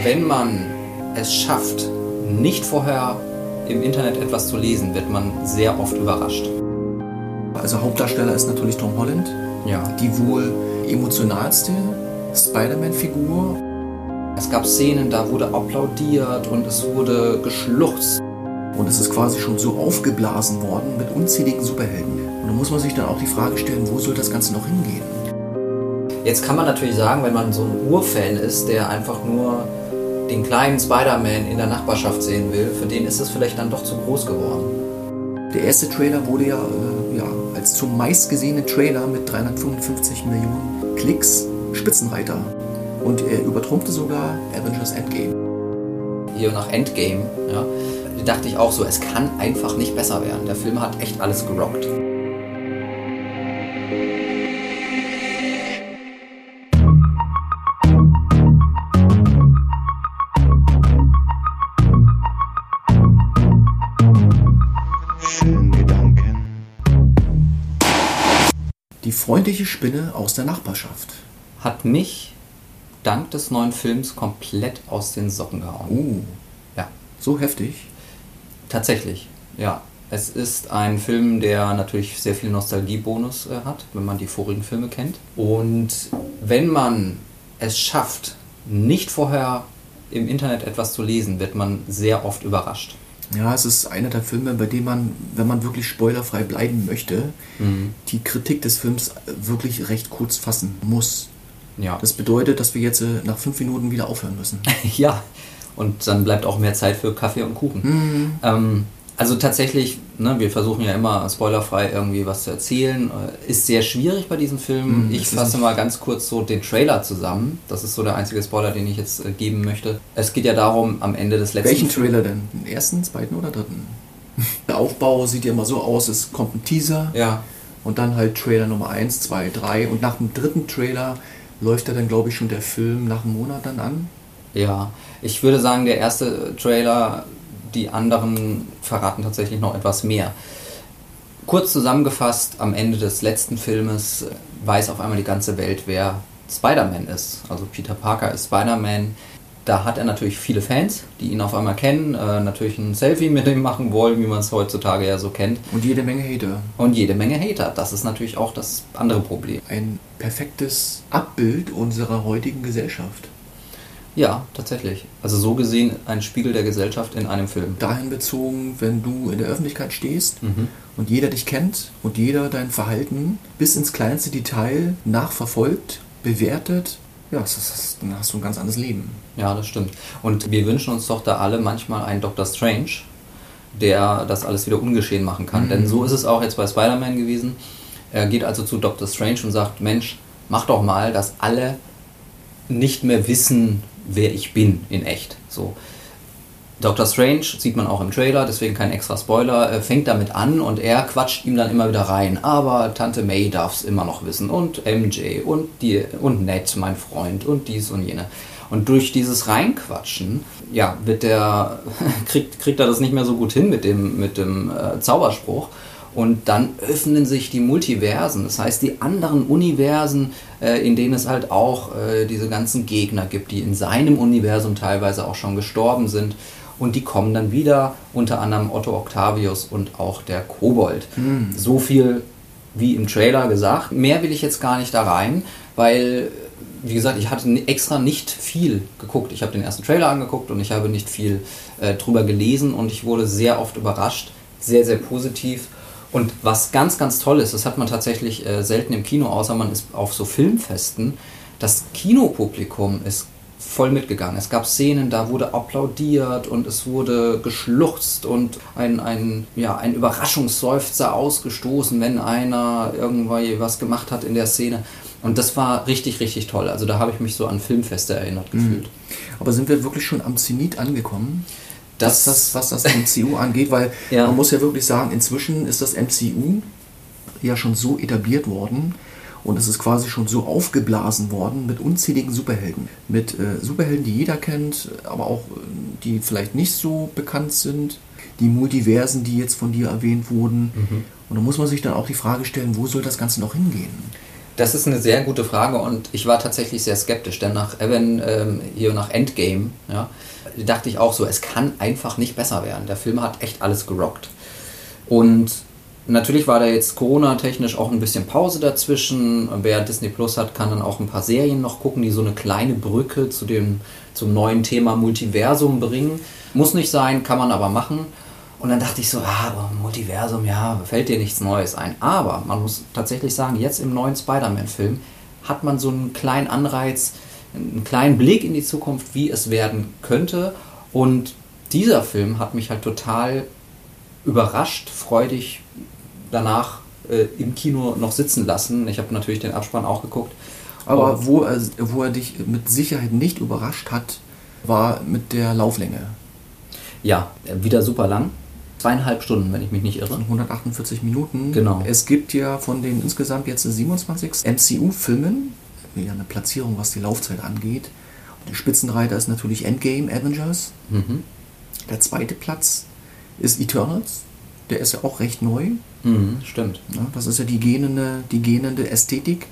Wenn man es schafft, nicht vorher im Internet etwas zu lesen, wird man sehr oft überrascht. Also Hauptdarsteller ist natürlich Tom Holland, Ja. die wohl emotionalste Spider-Man-Figur. Es gab Szenen, da wurde applaudiert und es wurde geschluchzt. Und es ist quasi schon so aufgeblasen worden mit unzähligen Superhelden. Und da muss man sich dann auch die Frage stellen, wo soll das Ganze noch hingehen? Jetzt kann man natürlich sagen, wenn man so ein Urfan ist, der einfach nur den kleinen Spider-Man in der Nachbarschaft sehen will, für den ist es vielleicht dann doch zu groß geworden. Der erste Trailer wurde ja als zum meistgesehenen Trailer mit 355 Millionen Klicks Spitzenreiter. Und er übertrumpfte sogar Avengers Endgame. Hier nach Endgame, ja, dachte ich auch so, es kann einfach nicht besser werden. Der Film hat echt alles gerockt. Die freundliche Spinne aus der Nachbarschaft. Hat mich dank des neuen Films komplett aus den Socken gehauen. Ja. So heftig. Tatsächlich, ja. Es ist ein Film, der natürlich sehr viel Nostalgiebonus hat, wenn man die vorigen Filme kennt. Und wenn man es schafft, nicht vorher im Internet etwas zu lesen, wird man sehr oft überrascht. Ja, es ist einer der Filme, bei dem man, wenn man wirklich spoilerfrei bleiben möchte, die Kritik des Films wirklich recht kurz fassen muss. Ja. Das bedeutet, dass wir jetzt nach 5 Minuten wieder aufhören müssen. Ja, und dann bleibt auch mehr Zeit für Kaffee und Kuchen. Also tatsächlich, ne, wir versuchen ja immer spoilerfrei irgendwie was zu erzählen. Ist sehr schwierig bei diesem Film. Ich fasse mal ganz kurz so den Trailer zusammen. Das ist so der einzige Spoiler, den ich jetzt geben möchte. Es geht ja darum, am Ende des letzten... Welchen Trailer denn? Den ersten, zweiten oder dritten? Der Aufbau sieht ja immer so aus, es kommt ein Teaser und dann halt Trailer Nummer 1, 2, 3 und nach dem dritten Trailer läuft ja dann, glaube ich, schon der Film nach einem Monat dann an. Ja, ich würde sagen, der erste Trailer, die anderen verraten tatsächlich noch etwas mehr. Kurz zusammengefasst, am Ende des letzten Filmes weiß auf einmal die ganze Welt, wer Spider-Man ist. Also Peter Parker ist Spider-Man. Da hat er natürlich viele Fans, die ihn auf einmal kennen, natürlich ein Selfie mit ihm machen wollen, wie man es heutzutage ja so kennt. Und jede Menge Hater. Und jede Menge Hater. Das ist natürlich auch das andere Problem. Ein perfektes Abbild unserer heutigen Gesellschaft. Ja, tatsächlich. Also so gesehen ein Spiegel der Gesellschaft in einem Film. Dahin bezogen, wenn du in der Öffentlichkeit stehst und jeder dich kennt und jeder dein Verhalten bis ins kleinste Detail nachverfolgt, bewertet, ja, dann hast du ein ganz anderes Leben. Ja, das stimmt. Und wir wünschen uns doch da alle manchmal einen Dr. Strange, der das alles wieder ungeschehen machen kann. Denn so ist es auch jetzt bei Spider-Man gewesen. Er geht also zu Dr. Strange und sagt, Mensch, mach doch mal, dass alle nicht mehr wissen, wer ich bin in echt. So. Dr. Strange sieht man auch im Trailer, deswegen kein extra Spoiler, fängt damit an und er quatscht ihm dann immer wieder rein. Aber Tante May darf es immer noch wissen und MJ und Ned, mein Freund und dies und jene. Und durch dieses Reinquatschen, ja, kriegt er das nicht mehr so gut hin mit dem Zauberspruch. Und dann öffnen sich die Multiversen, das heißt die anderen Universen, in denen es halt auch diese ganzen Gegner gibt, die in seinem Universum teilweise auch schon gestorben sind. Und die kommen dann wieder, unter anderem Otto Octavius und auch der Kobold. So viel wie im Trailer gesagt. Mehr will ich jetzt gar nicht da rein, weil, wie gesagt, ich hatte extra nicht viel geguckt. Ich habe den ersten Trailer angeguckt und ich habe nicht viel drüber gelesen und ich wurde sehr oft überrascht, sehr, sehr positiv. Und was ganz, ganz toll ist, das hat man tatsächlich selten im Kino, außer man ist auf so Filmfesten, das Kinopublikum ist voll mitgegangen. Es gab Szenen, da wurde applaudiert und es wurde geschluchzt und ein Überraschungsseufzer ausgestoßen, wenn einer irgendwie was gemacht hat in der Szene. Und das war richtig, richtig toll. Also da habe ich mich so an Filmfeste erinnert gefühlt. Aber sind wir wirklich schon am Zenit angekommen? Was das MCU angeht, weil man muss ja wirklich sagen, inzwischen ist das MCU ja schon so etabliert worden und es ist quasi schon so aufgeblasen worden mit unzähligen Superhelden. Mit Superhelden, die jeder kennt, aber auch die vielleicht nicht so bekannt sind. Die Multiversen, die jetzt von dir erwähnt wurden. Und da muss man sich dann auch die Frage stellen, wo soll das Ganze noch hingehen? Das ist eine sehr gute Frage und ich war tatsächlich sehr skeptisch, denn nach Endgame, ja, dachte ich auch so, es kann einfach nicht besser werden. Der Film hat echt alles gerockt. Und natürlich war da jetzt Corona-technisch auch ein bisschen Pause dazwischen. Wer Disney Plus hat, kann dann auch ein paar Serien noch gucken, die so eine kleine Brücke zum neuen Thema Multiversum bringen. Muss nicht sein, kann man aber machen. Und dann dachte ich so, Multiversum, ja, fällt dir nichts Neues ein. Aber man muss tatsächlich sagen, jetzt im neuen Spider-Man-Film hat man so einen kleinen Anreiz, einen kleinen Blick in die Zukunft, wie es werden könnte. Und dieser Film hat mich halt total überrascht, freudig danach im Kino noch sitzen lassen. Ich habe natürlich den Abspann auch geguckt. Aber wo er dich mit Sicherheit nicht überrascht hat, war mit der Lauflänge. Ja, wieder super lang. 2,5 Stunden, wenn ich mich nicht irre. 148 Minuten. Genau. Es gibt ja von den insgesamt jetzt 27 MCU-Filmen ja eine Platzierung, was die Laufzeit angeht. Der Spitzenreiter ist natürlich Endgame, Avengers. Mhm. Der zweite Platz ist Eternals. Der ist ja auch recht neu. Mhm, stimmt. Ja, das ist ja die gähnende Ästhetik.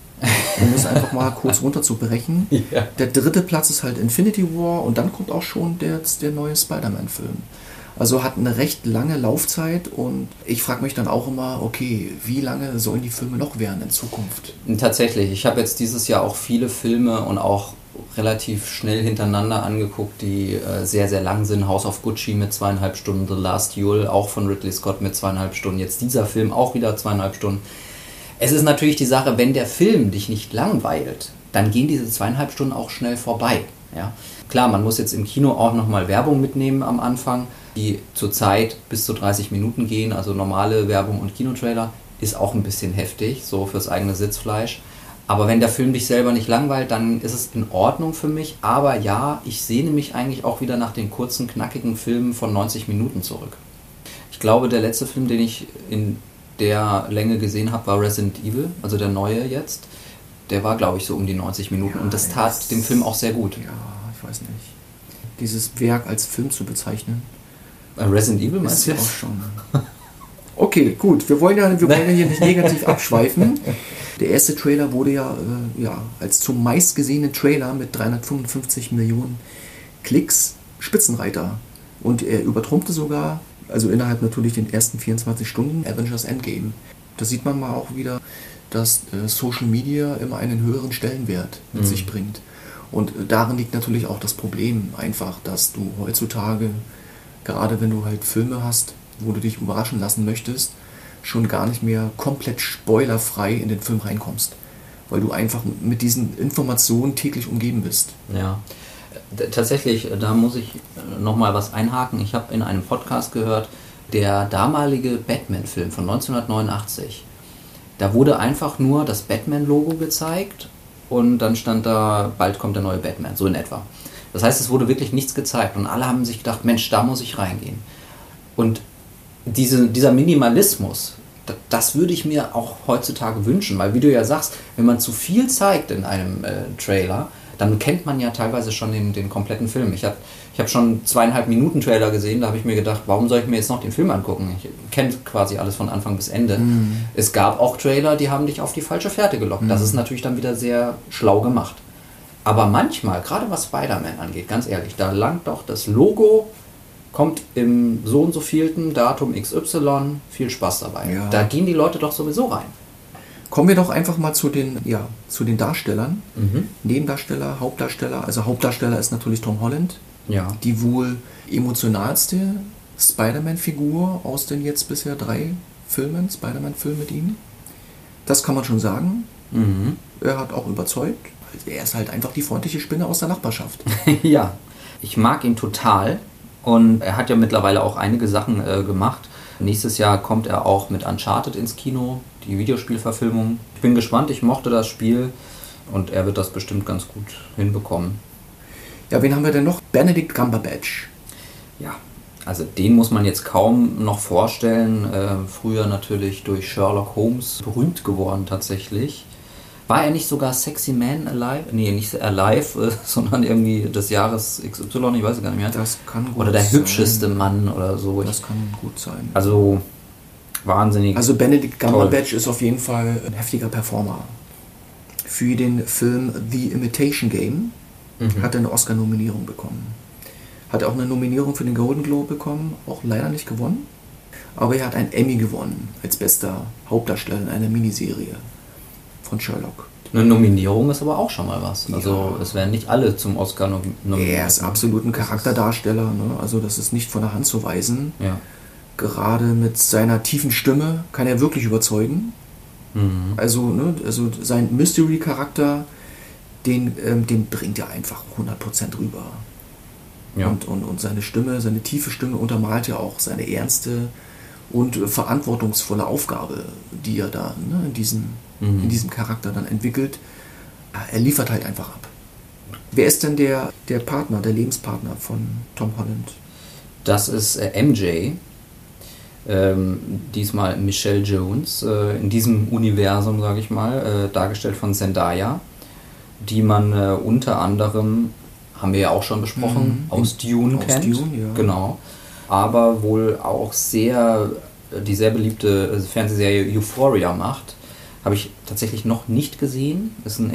Um es einfach mal kurz runter zu brechen. Ja. Der dritte Platz ist halt Infinity War und dann kommt auch schon der neue Spider-Man-Film. Also hat eine recht lange Laufzeit und ich frage mich dann auch immer, okay, wie lange sollen die Filme noch werden in Zukunft? Tatsächlich, ich habe jetzt dieses Jahr auch viele Filme und auch relativ schnell hintereinander angeguckt, die sehr, sehr lang sind. House of Gucci mit 2,5 Stunden, The Last Duel, auch von Ridley Scott mit 2,5 Stunden. Jetzt dieser Film auch wieder 2,5 Stunden. Es ist natürlich die Sache, wenn der Film dich nicht langweilt, dann gehen diese 2,5 Stunden auch schnell vorbei. Ja? Klar, man muss jetzt im Kino auch nochmal Werbung mitnehmen am Anfang, die zurzeit bis zu 30 Minuten gehen, also normale Werbung und Kinotrailer, ist auch ein bisschen heftig, so fürs eigene Sitzfleisch. Aber wenn der Film dich selber nicht langweilt, dann ist es in Ordnung für mich. Aber ja, ich sehne mich eigentlich auch wieder nach den kurzen, knackigen Filmen von 90 Minuten zurück. Ich glaube, der letzte Film, den ich in der Länge gesehen habe, war Resident Evil, also der neue jetzt. Der war, glaube ich, so um die 90 Minuten und das tat dem Film auch sehr gut. Ja, ich weiß nicht. Dieses Werk als Film zu bezeichnen. Resident Evil meinst du? Auch schon. Okay, gut. Wir wollen ja hier nicht negativ abschweifen. Der erste Trailer wurde ja als zum meistgesehenen Trailer mit 355 Millionen Klicks Spitzenreiter. Und er übertrumpfte sogar, also innerhalb natürlich den ersten 24 Stunden, Avengers Endgame. Da sieht man mal auch wieder, dass Social Media immer einen höheren Stellenwert mit sich bringt. Und darin liegt natürlich auch das Problem einfach, dass du heutzutage, gerade wenn du halt Filme hast, wo du dich überraschen lassen möchtest, schon gar nicht mehr komplett spoilerfrei in den Film reinkommst. Weil du einfach mit diesen Informationen täglich umgeben bist. Ja, tatsächlich, da muss ich nochmal was einhaken. Ich habe in einem Podcast gehört, der damalige Batman-Film von 1989, da wurde einfach nur das Batman-Logo gezeigt und dann stand da, bald kommt der neue Batman, so in etwa. Das heißt, es wurde wirklich nichts gezeigt und alle haben sich gedacht, Mensch, da muss ich reingehen. Und dieser Minimalismus, das würde ich mir auch heutzutage wünschen, weil wie du ja sagst, wenn man zu viel zeigt in einem Trailer, dann kennt man ja teilweise schon den kompletten Film. Ich hab schon 2,5 Minuten Trailer gesehen, da habe ich mir gedacht, warum soll ich mir jetzt noch den Film angucken? Ich kenne quasi alles von Anfang bis Ende. Es gab auch Trailer, die haben dich auf die falsche Fährte gelockt. Das ist natürlich dann wieder sehr schlau gemacht. Aber manchmal, gerade was Spider-Man angeht, ganz ehrlich, da langt doch das Logo, kommt im so und so vielten Datum XY, viel Spaß dabei. Ja. Da gehen die Leute doch sowieso rein. Kommen wir doch einfach mal zu den Darstellern. Nebendarsteller, Hauptdarsteller. Also Hauptdarsteller ist natürlich Tom Holland. Ja. Die wohl emotionalste Spider-Man-Figur aus den jetzt bisher 3 Filmen, Spider-Man-Filmen mit ihm. Das kann man schon sagen. Er hat auch überzeugt. Er ist halt einfach die freundliche Spinne aus der Nachbarschaft. Ja, ich mag ihn total. Und er hat ja mittlerweile auch einige Sachen gemacht. Nächstes Jahr kommt er auch mit Uncharted ins Kino, die Videospielverfilmung. Ich bin gespannt, ich mochte das Spiel und er wird das bestimmt ganz gut hinbekommen. Ja, wen haben wir denn noch? Benedict Cumberbatch. Ja, also den muss man jetzt kaum noch vorstellen. Früher natürlich durch Sherlock Holmes berühmt geworden tatsächlich. War er nicht sogar Sexy Man Alive? Nee, nicht Alive, sondern irgendwie des Jahres XY, ich weiß es gar nicht mehr. Das kann gut sein. Oder der hübscheste Mann oder so. Das kann gut sein. Also wahnsinnig. Also Benedict Cumberbatch ist auf jeden Fall ein heftiger Performer. für den Film The Imitation Game. Hat er eine Oscar-Nominierung bekommen. Hat auch eine Nominierung für den Golden Globe bekommen, auch leider nicht gewonnen. Aber er hat einen Emmy gewonnen als bester Hauptdarsteller in einer Miniserie von Sherlock. Eine Nominierung ist aber auch schon mal was. Also es werden nicht alle zum Oscar nominiert. Er ist absolut ein Charakterdarsteller, ne? Also das ist nicht von der Hand zu weisen. Ja. Gerade mit seiner tiefen Stimme kann er wirklich überzeugen. Also, ne, also sein Mystery-Charakter, den bringt er einfach 100% rüber. Ja. Und seine Stimme, seine tiefe Stimme untermalt ja auch seine ernste und verantwortungsvolle Aufgabe, die er da, ne, in diesem Charakter dann entwickelt. Er liefert halt einfach ab. Wer ist denn der Partner, der Lebenspartner von Tom Holland? Das ist MJ. Diesmal Michelle Jones, in diesem Universum, sage ich mal, dargestellt von Zendaya, die man unter anderem, haben wir ja auch schon besprochen, aus Dune kennt. Dune, ja. Genau. Aber wohl auch die sehr beliebte Fernsehserie Euphoria macht. Habe ich tatsächlich noch nicht gesehen. Ist eine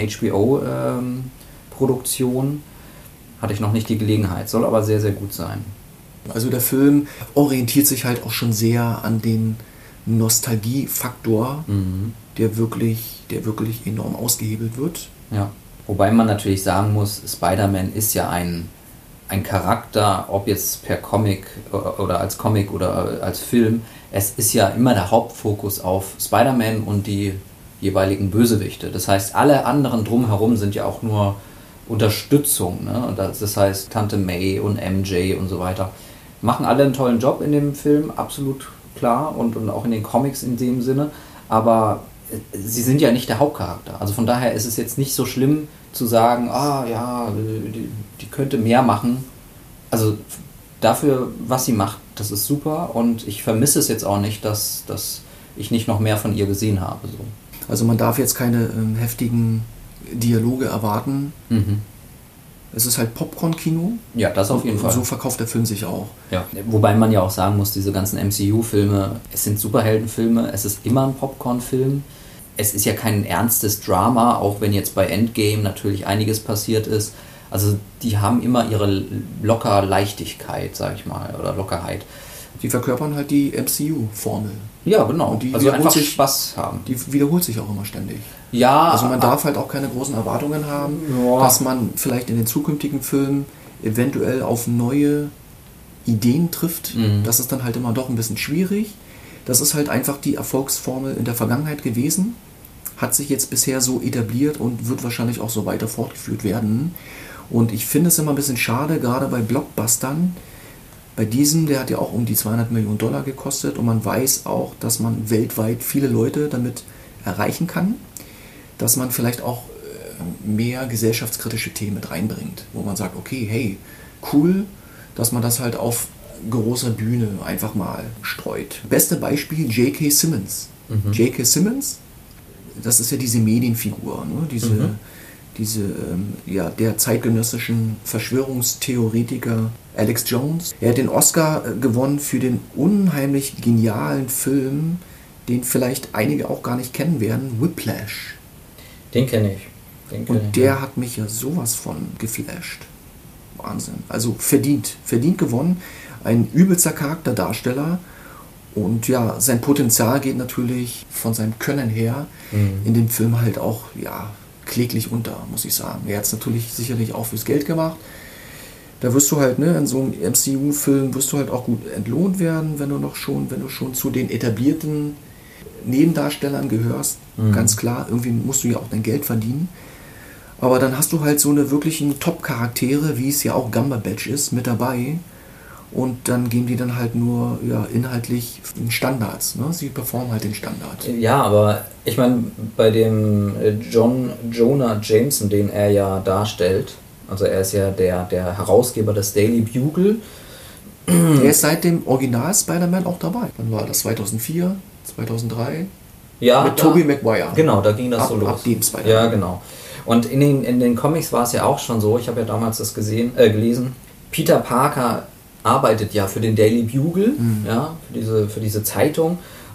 HBO-Produktion. Hatte ich noch nicht die Gelegenheit. Soll aber sehr, sehr gut sein. Also der Film orientiert sich halt auch schon sehr an den Nostalgiefaktor, der wirklich enorm ausgehebelt wird. Ja. Wobei man natürlich sagen muss, Spider-Man ist ja ein Charakter, ob jetzt per Comic oder als Comic oder als Film. Es ist ja immer der Hauptfokus auf Spider-Man und die jeweiligen Bösewichte. Das heißt, alle anderen drumherum sind ja auch nur Unterstützung. Ne? Und das heißt, Tante May und MJ und so weiter machen alle einen tollen Job in dem Film, absolut klar, und auch in den Comics in dem Sinne, aber sie sind ja nicht der Hauptcharakter. Also von daher ist es jetzt nicht so schlimm zu sagen, die könnte mehr machen. Also dafür, was sie macht, das ist super, und ich vermisse es jetzt auch nicht, dass ich nicht noch mehr von ihr gesehen habe. So. Also man darf jetzt keine heftigen Dialoge erwarten. Es ist halt Popcorn-Kino. Ja, das auf jeden Fall. Und so verkauft der Film sich auch. Ja. Wobei man ja auch sagen muss, diese ganzen MCU-Filme, es sind Superheldenfilme, es ist immer ein Popcorn-Film. Es ist ja kein ernstes Drama, auch wenn jetzt bei Endgame natürlich einiges passiert ist. Also die haben immer ihre Leichtigkeit, sag ich mal, oder Lockerheit. Die verkörpern halt die MCU-Formel. Ja, genau. Und die also einfach Spaß haben. Die wiederholt sich auch immer ständig. Ja. Also man darf halt auch keine großen Erwartungen haben, dass man vielleicht in den zukünftigen Filmen eventuell auf neue Ideen trifft. Das ist dann halt immer doch ein bisschen schwierig. Das ist halt einfach die Erfolgsformel in der Vergangenheit gewesen. Hat sich jetzt bisher so etabliert und wird wahrscheinlich auch so weiter fortgeführt werden. Und ich finde es immer ein bisschen schade, gerade bei Blockbustern. Bei diesem, der hat ja auch um die $200 Millionen gekostet, und man weiß auch, dass man weltweit viele Leute damit erreichen kann, dass man vielleicht auch mehr gesellschaftskritische Themen mit reinbringt, wo man sagt, okay, hey, cool, dass man das halt auf großer Bühne einfach mal streut. Beste Beispiel J.K. Simmons. J.K. Simmons, das ist ja diese Medienfigur, ne? Der zeitgenössischen Verschwörungstheoretiker Alex Jones. Er hat den Oscar gewonnen für den unheimlich genialen Film, den vielleicht einige auch gar nicht kennen werden, Whiplash. Den kenne ich. Der hat mich ja sowas von geflasht. Wahnsinn. Also verdient gewonnen. Ein übelster Charakterdarsteller. Und ja, sein Potenzial geht natürlich von seinem Können her in dem Film halt auch, kläglich unter, muss ich sagen. Er hat es natürlich sicherlich auch fürs Geld gemacht. Da wirst du halt, in so einem MCU-Film wirst du halt auch gut entlohnt werden, wenn du schon zu den etablierten Nebendarstellern gehörst. Ganz klar, irgendwie musst du ja auch dein Geld verdienen. Aber dann hast du halt so eine wirklichen Top-Charaktere, wie es ja auch Cumberbatch ist, mit dabei. Und dann gehen die dann halt nur inhaltlich in Standards. Ne? Sie performen halt den Standard. Ja, aber ich meine, bei dem Jonah Jameson, den er ja darstellt, also er ist ja der Herausgeber des Daily Bugle. Der ist seit dem Original Spider-Man auch dabei. Wann war das? 2004, 2003? Ja. Mit Tobey Maguire. Genau, da ging das so los. Ab dem Spider-Man. Ja, genau. Und in den Comics war es ja auch schon so, ich habe ja damals das gelesen, Peter Parker arbeitet ja für den Daily Bugle, für diese Zeitung,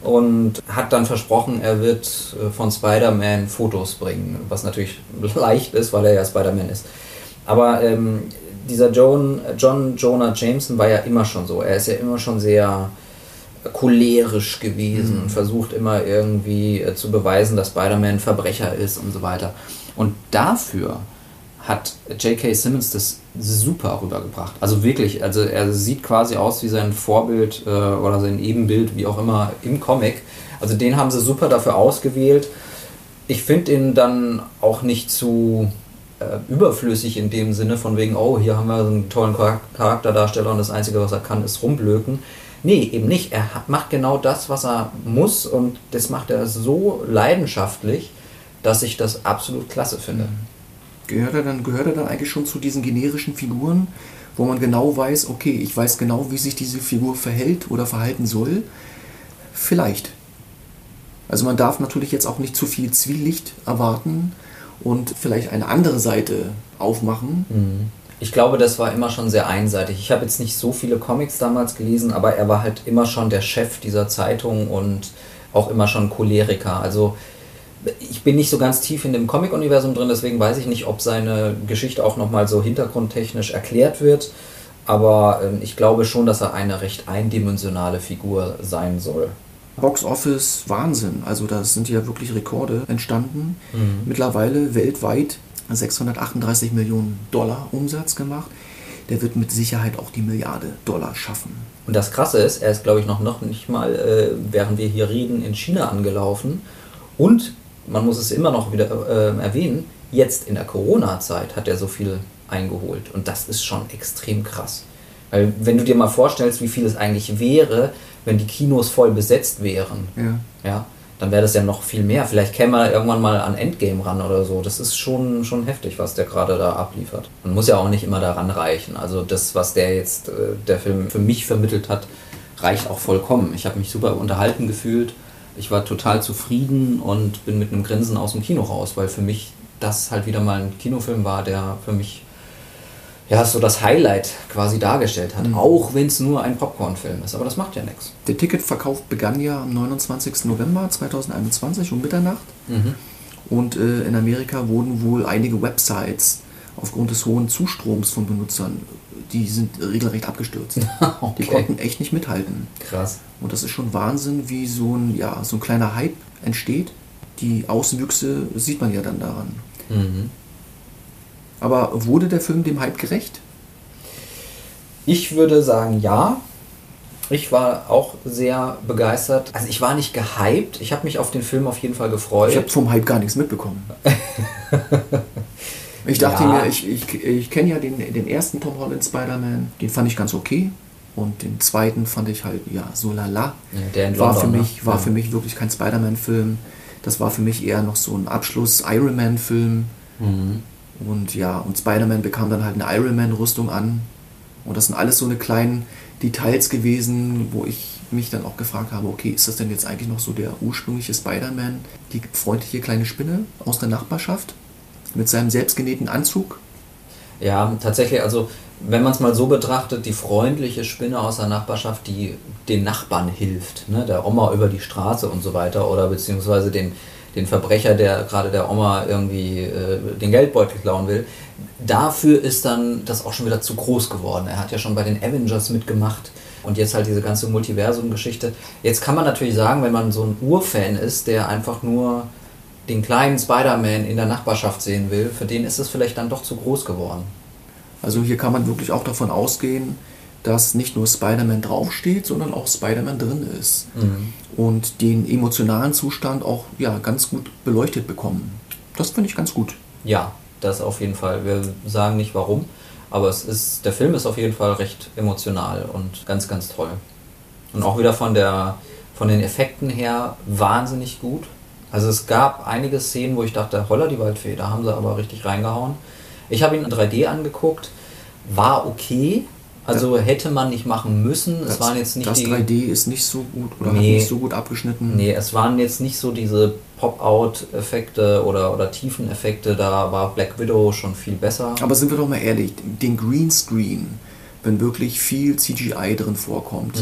und hat dann versprochen, er wird von Spider-Man Fotos bringen, was natürlich leicht ist, weil er ja Spider-Man ist. Aber dieser John Jonah Jameson war ja immer schon so. Er ist ja immer schon sehr cholerisch gewesen, versucht immer irgendwie zu beweisen, dass Spider-Man ein Verbrecher ist und so weiter. Und dafür hat J.K. Simmons das super rübergebracht. Also wirklich, also er sieht quasi aus wie sein Vorbild oder sein Ebenbild, wie auch immer, im Comic. Also den haben sie super dafür ausgewählt. Ich finde ihn dann auch nicht zu überflüssig in dem Sinne von wegen, oh, hier haben wir einen tollen Charakterdarsteller und das Einzige, was er kann, ist rumblöken. Nee, eben nicht. Er macht genau das, was er muss und das macht er so leidenschaftlich, dass ich das absolut klasse finde. Gehört er dann eigentlich schon zu diesen generischen Figuren, wo man genau weiß, okay, ich weiß genau, wie sich diese Figur verhält oder verhalten soll? Vielleicht. Also man darf natürlich jetzt auch nicht zu viel Zwielicht erwarten und vielleicht eine andere Seite aufmachen. Ich glaube, das war immer schon sehr einseitig. Ich habe jetzt nicht so viele Comics damals gelesen, aber er war halt immer schon der Chef dieser Zeitung und auch immer schon Choleriker. Also ich bin nicht so ganz tief in dem Comic-Universum drin, deswegen weiß ich nicht, ob seine Geschichte auch nochmal so hintergrundtechnisch erklärt wird. Aber ich glaube schon, dass er eine recht eindimensionale Figur sein soll. Box Office Wahnsinn. Also da sind ja wirklich Rekorde entstanden. Mittlerweile weltweit 638 Millionen Dollar Umsatz gemacht. Der wird mit Sicherheit auch die Milliarde Dollar schaffen. Und das Krasse ist, er ist, glaube ich, noch nicht mal, während wir hier reden, in China angelaufen. Und man muss es immer noch wieder erwähnen, jetzt in der Corona-Zeit hat er so viel eingeholt. Und das ist schon extrem krass. Weil wenn du dir mal vorstellst, wie viel es eigentlich wäre, wenn die Kinos voll besetzt wären, ja, dann wäre das ja noch viel mehr. Vielleicht käme er irgendwann mal an Endgame ran oder so. Das ist schon heftig, was der gerade da abliefert. Man muss ja auch nicht immer daran reichen. Also das, was der Film für mich vermittelt hat, reicht auch vollkommen. Ich habe mich super unterhalten gefühlt. Ich war total zufrieden und bin mit einem Grinsen aus dem Kino raus, weil für mich das halt wieder mal ein Kinofilm war, der für mich ja so das Highlight quasi dargestellt hat, auch wenn es nur ein Popcorn-Film ist, aber das macht ja nichts. Der Ticketverkauf begann ja am 29. November 2021 um Mitternacht und in Amerika wurden wohl einige Websites aufgrund des hohen Zustroms von Benutzern, die sind regelrecht abgestürzt. Okay. Die konnten echt nicht mithalten. Krass. Und das ist schon Wahnsinn, wie so ein kleiner Hype entsteht. Die Auswüchse sieht man ja dann daran. Aber wurde der Film dem Hype gerecht? Ich würde sagen, ja. Ich war auch sehr begeistert. Also ich war nicht gehypt. Ich habe mich auf den Film auf jeden Fall gefreut. Ich habe vom Hype gar nichts mitbekommen. Ich dachte mir, ich kenne ja den ersten Tom Holland Spider-Man. Den fand ich ganz okay. Und den zweiten fand ich halt, so lala. Ja, der in war London, für mich wirklich kein Spider-Man-Film. Das war für mich eher noch so ein Abschluss-Iron Man-Film. Und und Spider-Man bekam dann halt eine Iron Man-Rüstung an. Und das sind alles so eine kleinen Details gewesen, wo ich mich dann auch gefragt habe, okay, ist das denn jetzt eigentlich noch so der ursprüngliche Spider-Man, die freundliche kleine Spinne aus der Nachbarschaft mit seinem selbstgenähten Anzug? Ja, tatsächlich, also wenn man es mal so betrachtet, die freundliche Spinne aus der Nachbarschaft, die den Nachbarn hilft, ne, der Oma über die Straße und so weiter, oder beziehungsweise den Verbrecher, der gerade der Oma irgendwie den Geldbeutel klauen will, dafür ist dann das auch schon wieder zu groß geworden. Er hat ja schon bei den Avengers mitgemacht und jetzt halt diese ganze Multiversum-Geschichte. Jetzt kann man natürlich sagen, wenn man so ein Urfan ist, der einfach nur den kleinen Spider-Man in der Nachbarschaft sehen will, für den ist es vielleicht dann doch zu groß geworden. Also hier kann man wirklich auch davon ausgehen, dass nicht nur Spider-Man draufsteht, sondern auch Spider-Man drin ist. Und den emotionalen Zustand auch ganz gut beleuchtet bekommen. Das finde ich ganz gut. Ja, das auf jeden Fall. Wir sagen nicht warum, aber der Film ist auf jeden Fall recht emotional und ganz, ganz toll. Und auch wieder von den Effekten her wahnsinnig gut. Also es gab einige Szenen, wo ich dachte, holla die Waldfee, da haben sie aber richtig reingehauen. Ich habe ihn in 3D angeguckt, war okay, also hätte man nicht machen müssen. Es waren jetzt nicht das 3D ist nicht so gut oder hat nicht so gut abgeschnitten. Nee, es waren jetzt nicht so diese Pop-Out-Effekte oder Tiefeneffekte, da war Black Widow schon viel besser. Aber sind wir doch mal ehrlich, den Greenscreen, wenn wirklich viel CGI drin vorkommt,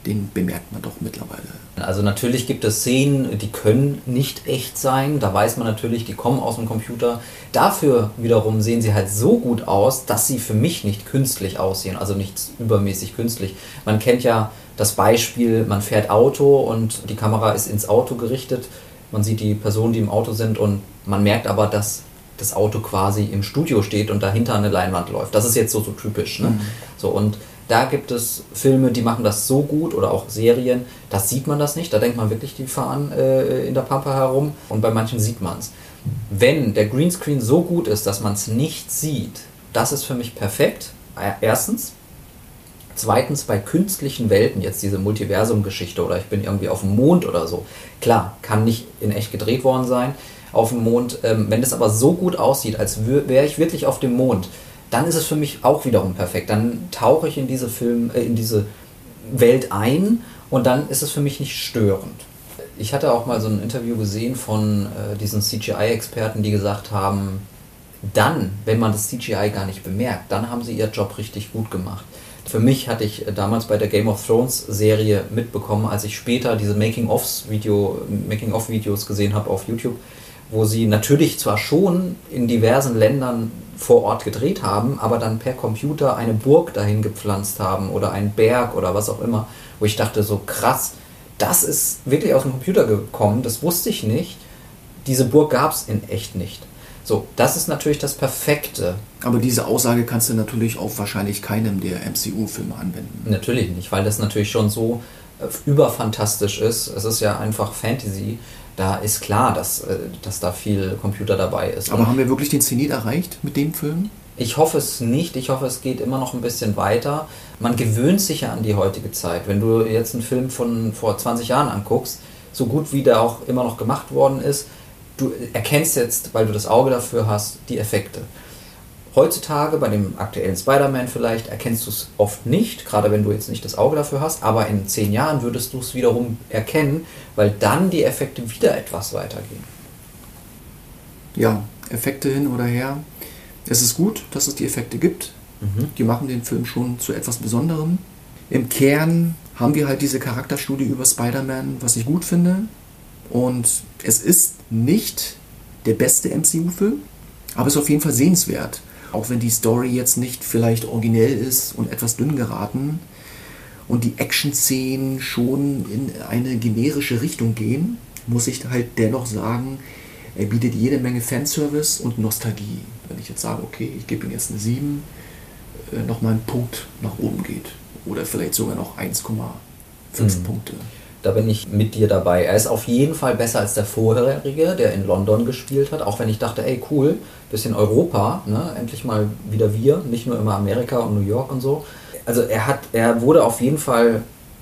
den bemerkt man doch mittlerweile. Also natürlich gibt es Szenen, die können nicht echt sein. Da weiß man natürlich, die kommen aus dem Computer. Dafür wiederum sehen sie halt so gut aus, dass sie für mich nicht künstlich aussehen. Also nicht übermäßig künstlich. Man kennt ja das Beispiel, man fährt Auto und die Kamera ist ins Auto gerichtet. Man sieht die Personen, die im Auto sind, und man merkt aber, dass das Auto quasi im Studio steht und dahinter eine Leinwand läuft. Das ist jetzt so typisch. Ne? So, und da gibt es Filme, die machen das so gut, oder auch Serien, da sieht man das nicht. Da denkt man wirklich, die fahren in der Pampa herum, und bei manchen sieht man es. Wenn der Greenscreen so gut ist, dass man es nicht sieht, das ist für mich perfekt. Erstens. Zweitens, bei künstlichen Welten, jetzt diese Multiversum-Geschichte oder ich bin irgendwie auf dem Mond oder so, klar, kann nicht in echt gedreht worden sein auf dem Mond. Wenn das aber so gut aussieht, als wäre ich wirklich auf dem Mond, dann ist es für mich auch wiederum perfekt. Dann tauche ich in diese in diese Welt ein, und dann ist es für mich nicht störend. Ich hatte auch mal so ein Interview gesehen von diesen CGI-Experten, die gesagt haben, dann, wenn man das CGI gar nicht bemerkt, dann haben sie ihren Job richtig gut gemacht. Für mich hatte ich damals bei der Game of Thrones Serie mitbekommen, als ich später diese Making-of-Videos gesehen habe auf YouTube, wo sie natürlich zwar schon in diversen Ländern vor Ort gedreht haben, aber dann per Computer eine Burg dahin gepflanzt haben oder einen Berg oder was auch immer, wo ich dachte, so krass, das ist wirklich aus dem Computer gekommen, das wusste ich nicht. Diese Burg gab es in echt nicht. So, das ist natürlich das Perfekte. Aber diese Aussage kannst du natürlich auf wahrscheinlich keinem der MCU-Filme anwenden. Natürlich nicht, weil das natürlich schon so überfantastisch ist. Es ist ja einfach Fantasy. Da ist klar, dass da viel Computer dabei ist. Aber haben wir wirklich den Zenit erreicht mit dem Film? Ich hoffe es nicht. Ich hoffe, es geht immer noch ein bisschen weiter. Man gewöhnt sich ja an die heutige Zeit. Wenn du jetzt einen Film von vor 20 Jahren anguckst, so gut wie der auch immer noch gemacht worden ist, du erkennst jetzt, weil du das Auge dafür hast, die Effekte. Heutzutage, bei dem aktuellen Spider-Man vielleicht, erkennst du es oft nicht, gerade wenn du jetzt nicht das Auge dafür hast, aber in 10 Jahren würdest du es wiederum erkennen, weil dann die Effekte wieder etwas weitergehen. Ja, Effekte hin oder her. Es ist gut, dass es die Effekte gibt. Die machen den Film schon zu etwas Besonderem. Im Kern haben wir halt diese Charakterstudie über Spider-Man, was ich gut finde. Und es ist nicht der beste MCU-Film, aber es ist auf jeden Fall sehenswert. Auch wenn die Story jetzt nicht vielleicht originell ist und etwas dünn geraten und die Action-Szenen schon in eine generische Richtung gehen, muss ich halt dennoch sagen, er bietet jede Menge Fanservice und Nostalgie. Wenn ich jetzt sage, okay, ich gebe ihm jetzt eine 7, nochmal einen Punkt nach oben geht. Oder vielleicht sogar noch 1,5 Punkte. Da bin ich mit dir dabei. Er ist auf jeden Fall besser als der vorherige, der in London gespielt hat. Auch wenn ich dachte, ey cool, bisschen Europa, ne? Endlich mal wieder wir, nicht nur immer Amerika und New York und so. Also er ist auf jeden Fall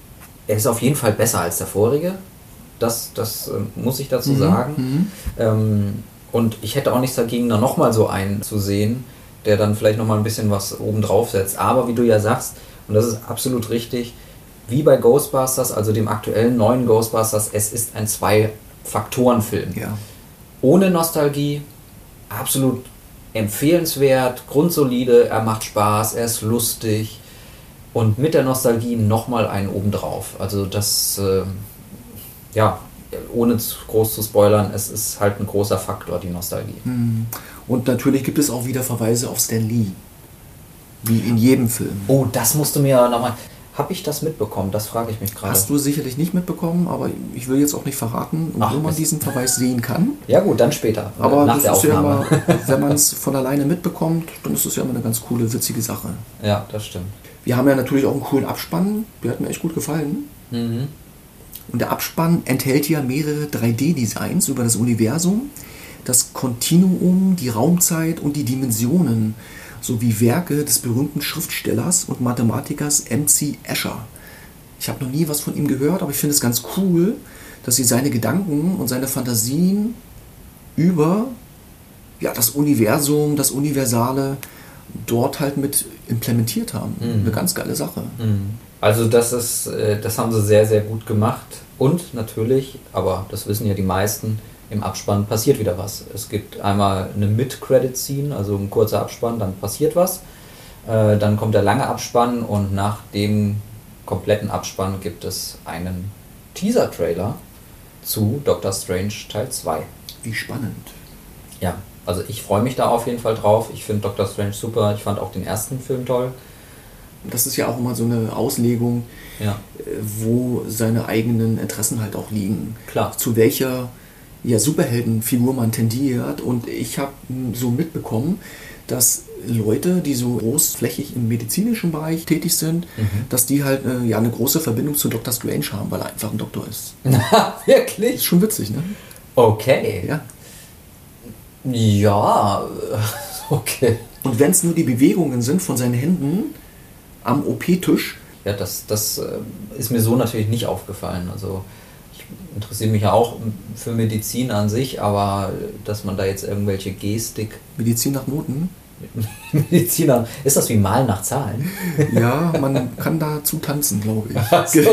besser als der vorherige. Das muss ich dazu sagen. Und ich hätte auch nichts dagegen, da nochmal so einen zu sehen, der dann vielleicht nochmal ein bisschen was oben drauf setzt. Aber wie du ja sagst, und das ist absolut richtig, wie bei Ghostbusters, also dem aktuellen neuen Ghostbusters, es ist ein 2-Faktoren-Film. Ja. Ohne Nostalgie, absolut empfehlenswert, grundsolide, er macht Spaß, er ist lustig und mit der Nostalgie nochmal einen obendrauf. Also das, ohne groß zu spoilern, es ist halt ein großer Faktor, die Nostalgie. Und natürlich gibt es auch wieder Verweise auf Stan Lee, wie in jedem Film. Oh, das musst du mir nochmal... Habe ich das mitbekommen? Das frage ich mich gerade. Hast du sicherlich nicht mitbekommen, aber ich will jetzt auch nicht verraten, wo man diesen Verweis sehen kann. Ja gut, dann später, aber nach der Aufnahme. Ja immer, wenn man es von alleine mitbekommt, dann ist es ja immer eine ganz coole, witzige Sache. Ja, das stimmt. Wir haben ja natürlich auch einen coolen Abspann, der hat mir echt gut gefallen. Und der Abspann enthält ja mehrere 3D-Designs über das Universum, das Kontinuum, die Raumzeit und die Dimensionen, sowie Werke des berühmten Schriftstellers und Mathematikers M.C. Escher. Ich habe noch nie was von ihm gehört, aber ich finde es ganz cool, dass sie seine Gedanken und seine Fantasien über das Universum, das Universale dort halt mit implementiert haben. Eine ganz geile Sache. Also das haben sie sehr, sehr gut gemacht. Und natürlich, aber das wissen ja die meisten, im Abspann passiert wieder was. Es gibt einmal eine Mid-Credit-Scene, also ein kurzer Abspann, dann passiert was. Dann kommt der lange Abspann und nach dem kompletten Abspann gibt es einen Teaser-Trailer zu Doctor Strange Teil 2. Wie spannend. Ja, also ich freue mich da auf jeden Fall drauf. Ich finde Doctor Strange super. Ich fand auch den ersten Film toll. Das ist ja auch immer so eine Auslegung, wo seine eigenen Interessen halt auch liegen. Klar. Zu welcher Superheldenfigur man tendiert. Und ich habe so mitbekommen, dass Leute, die so großflächig im medizinischen Bereich tätig sind, dass die halt eine große Verbindung zu Dr. Strange haben, weil er einfach ein Doktor ist. Wirklich? Ist schon witzig, ne? Okay. Ja. Ja, okay. Und wenn es nur die Bewegungen sind von seinen Händen am OP-Tisch. Ja, das ist mir so natürlich nicht aufgefallen. Also ich interessiere mich ja auch für Medizin an sich, aber dass man da jetzt irgendwelche Gestik... Medizin nach Noten? Mediziner, ist das wie Malen nach Zahlen? Ja, man kann dazu tanzen, glaube ich. Ach so.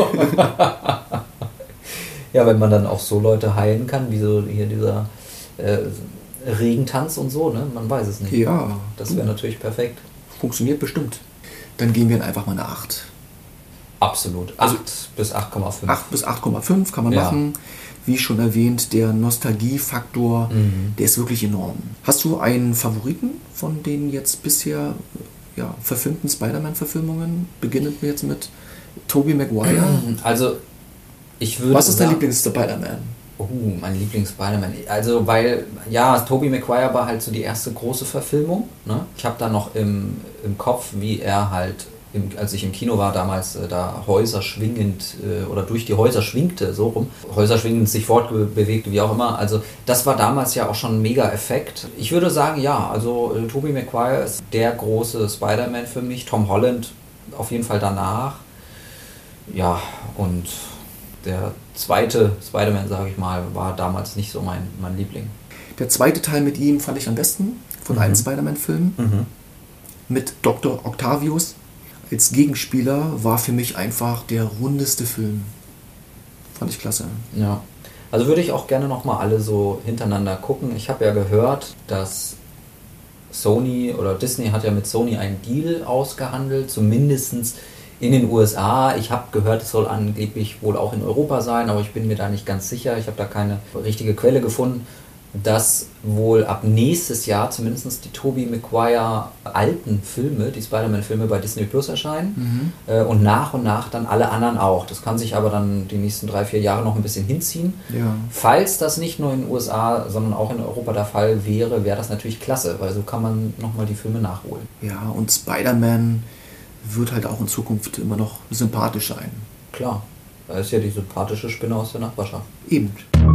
Ja, wenn man dann auch so Leute heilen kann, wie so hier dieser Regentanz und so, ne? Man weiß es nicht. Ja. Das wäre natürlich perfekt. Funktioniert bestimmt. Dann geben wir einfach mal eine 8. Absolut. 8 bis 8,5. 8 bis 8,5 kann man machen. Wie schon erwähnt, der Nostalgiefaktor, der ist wirklich enorm. Hast du einen Favoriten von den jetzt bisher verfilmten Spider-Man-Verfilmungen? Beginnend jetzt mit Tobey Maguire. Also, ich würde Was ist dein Lieblings-Spider-Man? Mein Lieblings-Spider-Man. Also, weil, Tobey Maguire war halt so die erste große Verfilmung. Ne? Ich habe da noch im Kopf, wie er halt, als ich im Kino war damals, da Häuser schwingend oder durch die Häuser schwingte, so rum. Häuser schwingend sich fortbewegte, wie auch immer. Also, das war damals ja auch schon ein Mega-Effekt. Ich würde sagen, Tobey Maguire ist der große Spider-Man für mich. Tom Holland auf jeden Fall danach. Ja, und der zweite Spider-Man, sage ich mal, war damals nicht so mein Liebling. Der zweite Teil mit ihm fand ich am besten von allen Spider-Man-Filmen. Mit Dr. Octavius als Gegenspieler war für mich einfach der rundeste Film. Fand ich klasse. Ja, also würde ich auch gerne nochmal alle so hintereinander gucken. Ich habe ja gehört, dass Sony oder Disney hat ja mit Sony einen Deal ausgehandelt, zumindest in den USA. Ich habe gehört, es soll angeblich wohl auch in Europa sein, aber ich bin mir da nicht ganz sicher. Ich habe da keine richtige Quelle gefunden, dass wohl ab nächstes Jahr zumindest die Tobey Maguire alten Filme, die Spider-Man-Filme bei Disney Plus erscheinen und nach dann alle anderen auch. Das kann sich aber dann die nächsten 3-4 Jahre noch ein bisschen hinziehen. Ja. Falls das nicht nur in den USA, sondern auch in Europa der Fall wäre, wäre das natürlich klasse, weil so kann man nochmal die Filme nachholen. Ja, und Spider-Man wird halt auch in Zukunft immer noch sympathisch sein. Klar, da ist ja die sympathische Spinne aus der Nachbarschaft. Eben.